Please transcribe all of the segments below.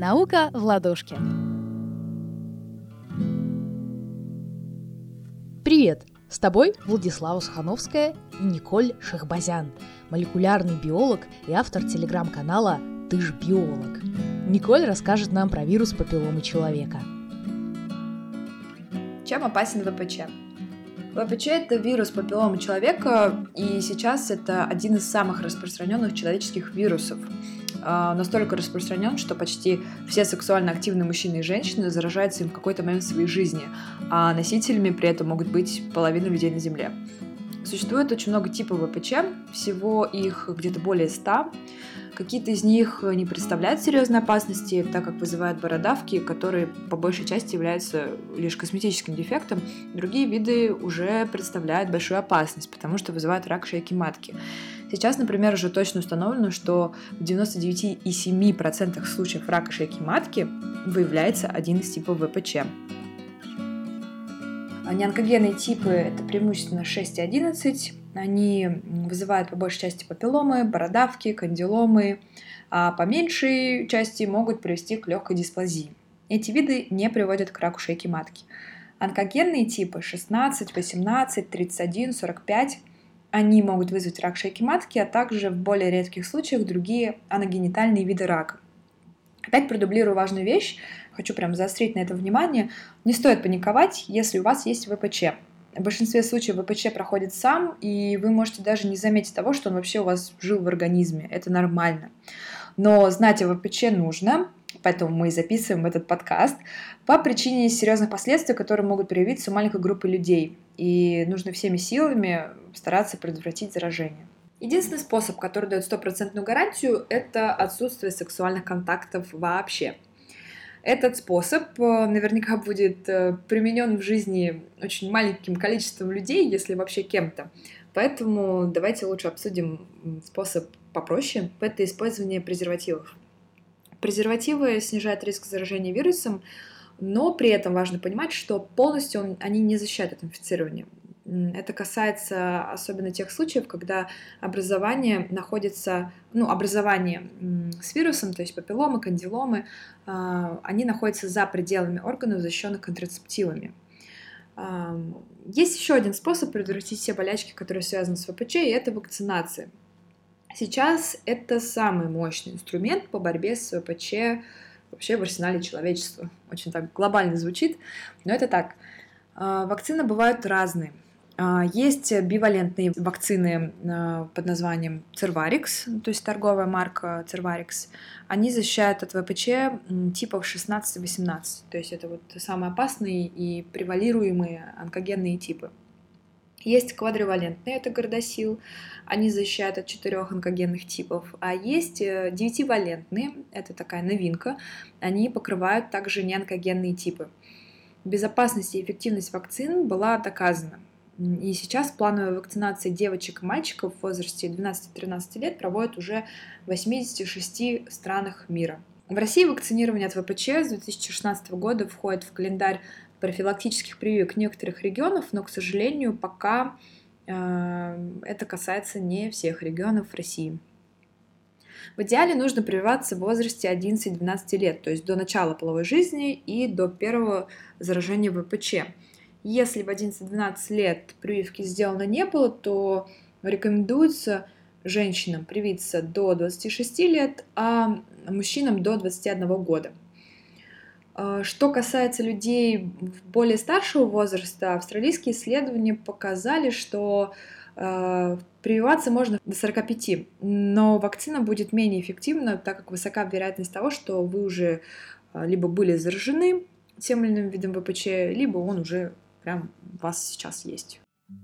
Наука в ладошке. Привет! С тобой Владислава Сухановская и Николь Шахбазян, молекулярный биолог и автор телеграм-канала «Ты ж биолог». Николь расскажет нам про вирус папилломы человека. Чем опасен ВПЧ? ВПЧ – это вирус папилломы человека, и сейчас это один из самых распространенных человеческих вирусов. Настолько распространен, что почти все сексуально активные мужчины и женщины заражаются им в какой-то момент своей жизни, а носителями при этом могут быть половина людей на Земле. Существует очень много типов ВПЧ, всего их где-то более 100. Какие-то из них не представляют серьезной опасности, так как вызывают бородавки, которые по большей части являются лишь косметическим дефектом. Другие виды уже представляют большую опасность, потому что вызывают рак шейки матки. Сейчас, например, уже точно установлено, что в 99,7% случаев рака шейки матки выявляется один из типов ВПЧ. Неонкогенные типы – это преимущественно 6 и 11. Они вызывают по большей части папилломы, бородавки, кандиломы, а по меньшей части могут привести к легкой дисплазии. Эти виды не приводят к раку шейки матки. Онкогенные типы 16, 18, 31, 45 они могут вызвать рак шейки матки, а также в более редких случаях другие аногенитальные виды рака. Опять продублирую важную вещь, хочу прям заострить на это внимание. Не стоит паниковать, если у вас есть ВПЧ. В большинстве случаев ВПЧ проходит сам, и вы можете даже не заметить того, что он вообще у вас жил в организме. Это нормально. Но знать о ВПЧ нужно, поэтому мы и записываем этот подкаст, по причине серьезных последствий, которые могут проявиться у маленькой группы людей. И нужно всеми силами стараться предотвратить заражение. Единственный способ, который дает стопроцентную гарантию, это отсутствие сексуальных контактов вообще. Этот способ наверняка будет применен в жизни очень маленьким количеством людей, если вообще кем-то. Поэтому давайте лучше обсудим способ попроще. Это использование презервативов. Презервативы снижают риск заражения вирусом, но при этом важно понимать, что полностью они не защищают от инфицирования. Это касается особенно тех случаев, когда образование с вирусом, то есть папилломы, кандиломы, они находятся за пределами органов, защищенных контрацептивами. Есть еще один способ предотвратить все болячки, которые связаны с ВПЧ, и это вакцинация. Сейчас это самый мощный инструмент по борьбе с ВПЧ вообще в арсенале человечества. Очень так глобально звучит, но это так. Вакцины бывают разные. Есть бивалентные вакцины под названием Cervarix, то есть торговая марка Cervarix. Они защищают от ВПЧ типов 16 и 18, то есть это вот самые опасные и превалируемые онкогенные типы. Есть квадривалентные, это Gardasil, они защищают от 4 онкогенных типов, а есть 9-валентные, это такая новинка, они покрывают также неонкогенные типы. Безопасность и эффективность вакцин была доказана. И сейчас плановая вакцинация девочек и мальчиков в возрасте 12-13 лет проводят уже в 86 странах мира. В России вакцинирование от ВПЧ с 2016 года входит в календарь профилактических прививок некоторых регионов, но, к сожалению, пока это касается не всех регионов России. В идеале нужно прививаться в возрасте 11-12 лет, то есть до начала половой жизни и до первого заражения ВПЧ. Если в 11-12 лет прививки сделано не было, то рекомендуется женщинам привиться до 26 лет, а мужчинам до 21 года. Что касается людей более старшего возраста, австралийские исследования показали, что прививаться можно до 45, но вакцина будет менее эффективна, так как высока вероятность того, что вы уже либо были заражены тем или иным видом ВПЧ, либо он уже прям у вас сейчас есть.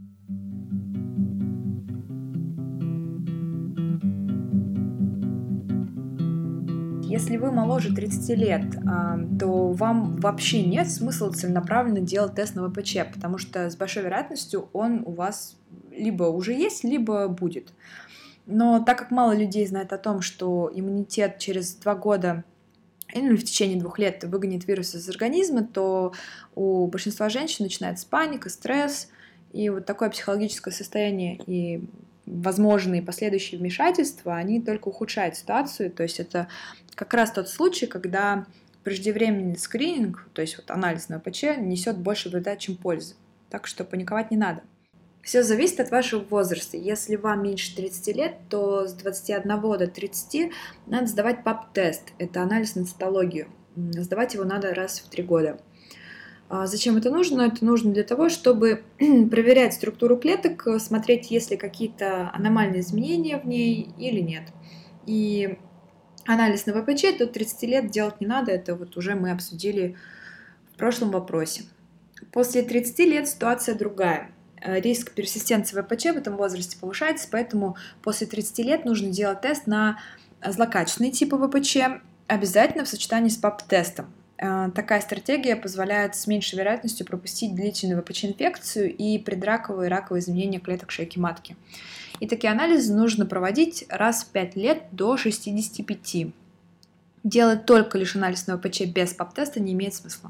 Если вы моложе 30 лет, то вам вообще нет смысла целенаправленно делать тест на ВПЧ, потому что с большой вероятностью он у вас либо уже есть, либо будет. Но так как мало людей знает о том, что иммунитет через 2 года или в течение 2 лет выгонит вирус из организма, то у большинства женщин начинается паника, стресс, и вот такое психологическое состояние и возможные последующие вмешательства, они только ухудшают ситуацию, то есть это как раз тот случай, когда преждевременный скрининг, то есть вот анализ на ВПЧ, несет больше вреда, чем пользы. Так что паниковать не надо. Все зависит от вашего возраста. Если вам меньше 30 лет, то с 21 до 30 надо сдавать ПАП-тест. Это анализ на цитологию. Сдавать его надо раз в 3 года. Зачем это нужно? Это нужно для того, чтобы проверять структуру клеток, смотреть, есть ли какие-то аномальные изменения в ней или нет. И анализ на ВПЧ до 30 лет делать не надо, это вот уже мы обсудили в прошлом вопросе. После 30 лет ситуация другая. Риск персистенции ВПЧ в этом возрасте повышается, поэтому после 30 лет нужно делать тест на злокачественные типы ВПЧ, обязательно в сочетании с ПАП-тестом. Такая стратегия позволяет с меньшей вероятностью пропустить длительную ВПЧ-инфекцию и предраковые и раковые изменения клеток шейки матки. И такие анализы нужно проводить раз в 5 лет до 65. Делать только лишь анализ на ВПЧ без ПАП-теста не имеет смысла.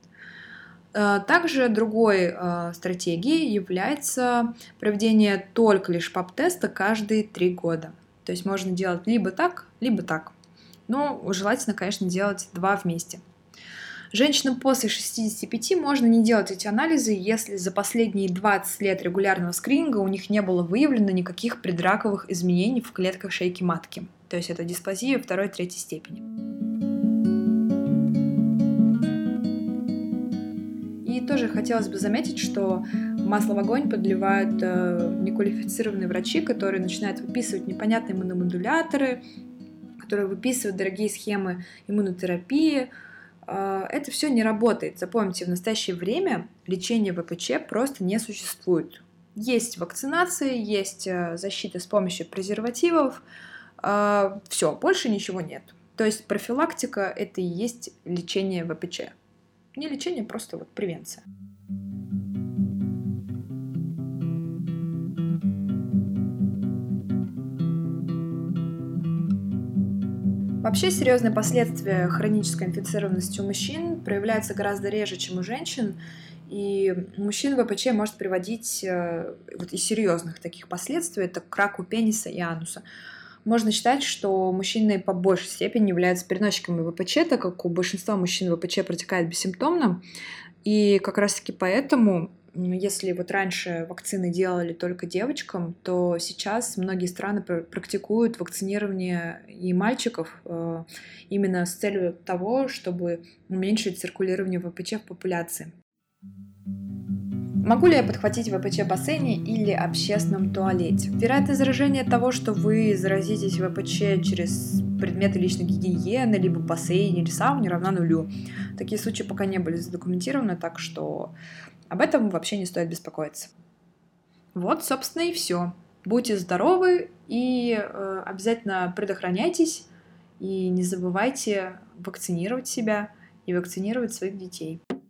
Также другой стратегией является проведение только лишь ПАП-теста каждые 3 года. То есть можно делать либо так, либо так. Но желательно, конечно, делать 2 вместе. Женщинам после 65 можно не делать эти анализы, если за последние 20 лет регулярного скрининга у них не было выявлено никаких предраковых изменений в клетках шейки матки. То есть это дисплазия 2-3 степени. И тоже хотелось бы заметить, что масло в огонь подливают неквалифицированные врачи, которые начинают выписывать непонятные иммуномодуляторы, которые выписывают дорогие схемы иммунотерапии. Это все не работает. Запомните, в настоящее время лечения ВПЧ просто не существует. Есть вакцинация, есть защита с помощью презервативов. Все, больше ничего нет. То есть профилактика — это и есть лечение ВПЧ. Не лечение, просто вот превенция. Вообще серьезные последствия хронической инфицированности у мужчин проявляются гораздо реже, чем у женщин, и у мужчин ВПЧ может приводить вот из серьезных таких последствий, это к раку пениса и ануса. Можно считать, что мужчины по большей степени являются переносчиками ВПЧ, так как у большинства мужчин ВПЧ протекает бессимптомно, и как раз-таки поэтому, если вот раньше вакцины делали только девочкам, то сейчас многие страны практикуют вакцинирование и мальчиков именно с целью того, чтобы уменьшить циркулирование ВПЧ в популяции. Могу ли я подхватить ВПЧ в бассейне или общественном туалете? Вероятность заражения того, что вы заразитесь ВПЧ через предметы личной гигиены, либо в бассейне или сауне, равна 0. Такие случаи пока не были задокументированы, так что об этом вообще не стоит беспокоиться. Вот, собственно, и все. Будьте здоровы и обязательно предохраняйтесь. И не забывайте вакцинировать себя и вакцинировать своих детей.